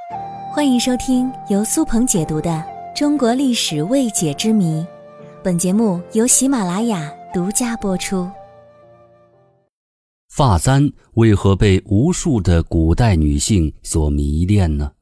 欢迎收听由苏鹏解读的《中国历史未解之谜》，本节目由喜马拉雅独家播出。 发簪为何被无数的古代女性所迷恋呢？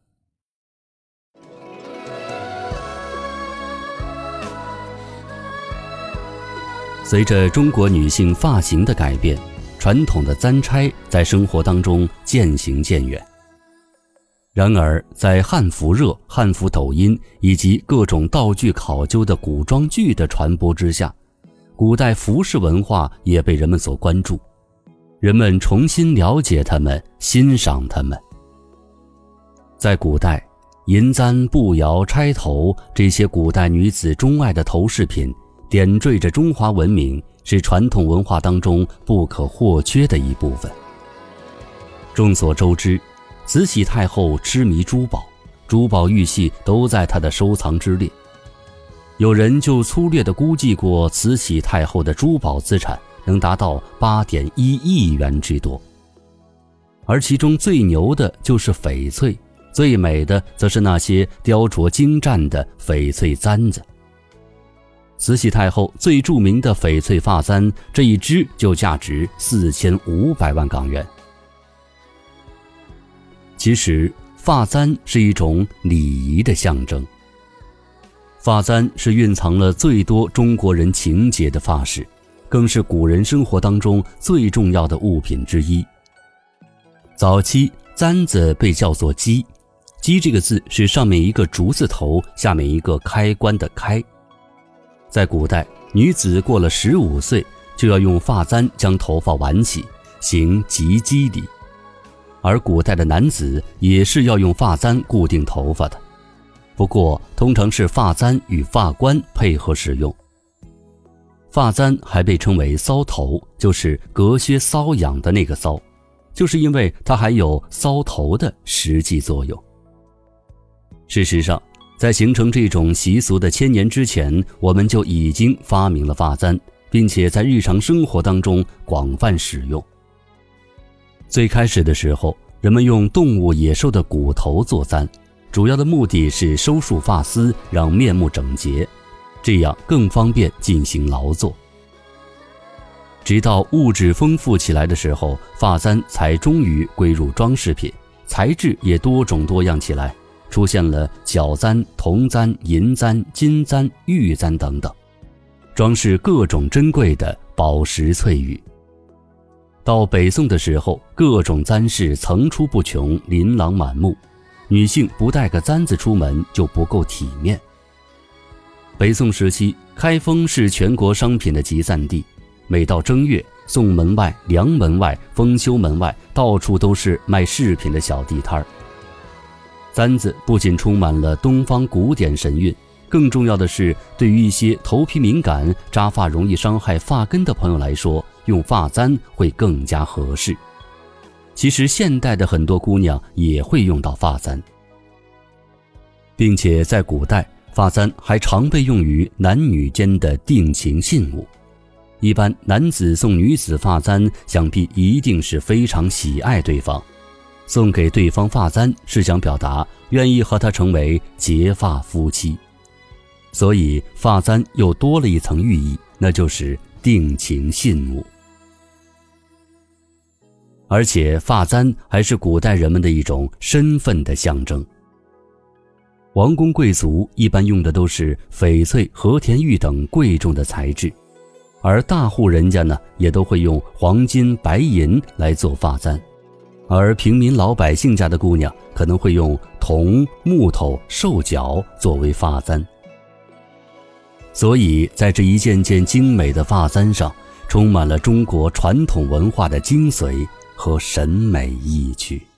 随着中国女性发型的改变，传统的簪钗在生活当中渐行渐远。然而在汉服热、汉服抖音以及各种道具考究的古装剧的传播之下，古代服饰文化也被人们所关注，人们重新了解它们，欣赏它们。在古代，银簪、步摇、钗头这些古代女子钟爱的头饰品，点缀着中华文明，是传统文化当中不可或缺的一部分。众所周知，慈禧太后痴迷珠宝，珠宝玉器都在她的收藏之列。有人就粗略地估计过，慈禧太后的珠宝资产能达到8.1亿元之多。而其中最牛的就是翡翠，最美的则是那些雕琢精湛的翡翠簪子。慈禧太后最著名的翡翠发簪，这一只就价值4500万港元。其实发簪是一种礼仪的象征，发簪是蕴藏了最多中国人情结的发饰，更是古人生活当中最重要的物品之一。早期簪子被叫做笄，笄这个字是上面一个竹字头，下面一个开关的开。在古代，女子过了15岁就要用发簪将头发挽起，行及笄礼。而古代的男子也是要用发簪固定头发的，不过通常是发簪与发冠配合使用。发簪还被称为搔头，就是隔靴搔痒的那个搔，就是因为它还有搔头的实际作用。事实上，在形成这种习俗的1000年之前，我们就已经发明了发簪，并且在日常生活当中广泛使用。最开始的时候，人们用动物野兽的骨头做簪，主要的目的是收束发丝，让面目整洁，这样更方便进行劳作。直到物质丰富起来的时候，发簪才终于归入装饰品，材质也多种多样起来，出现了角簪、铜簪、银簪、金簪、玉簪等等，装饰各种珍贵的宝石翠玉。到北宋的时候，各种簪饰层出不穷，琳琅满目，女性不带个簪子出门就不够体面。北宋时期，开封是全国商品的集散地，每到正月，宋门外、梁门外、丰丘门外，到处都是卖饰品的小地摊儿。簪子不仅充满了东方古典神韵，更重要的是，对于一些头皮敏感、扎发容易伤害发根的朋友来说，用发簪会更加合适。其实现代的很多姑娘也会用到发簪，并且在古代，发簪还常被用于男女间的定情信物。一般男子送女子发簪，想必一定是非常喜爱对方，送给对方发簪是想表达愿意和他成为结发夫妻。所以发簪又多了一层寓意，那就是定情信物。而且发簪还是古代人们的一种身份的象征。王公贵族一般用的都是翡翠、和田玉等贵重的材质，而大户人家呢，也都会用黄金、白银来做发簪，而平民老百姓家的姑娘可能会用铜、木头、兽角作为发簪。所以在这一件件精美的发簪上，充满了中国传统文化的精髓和审美意趣。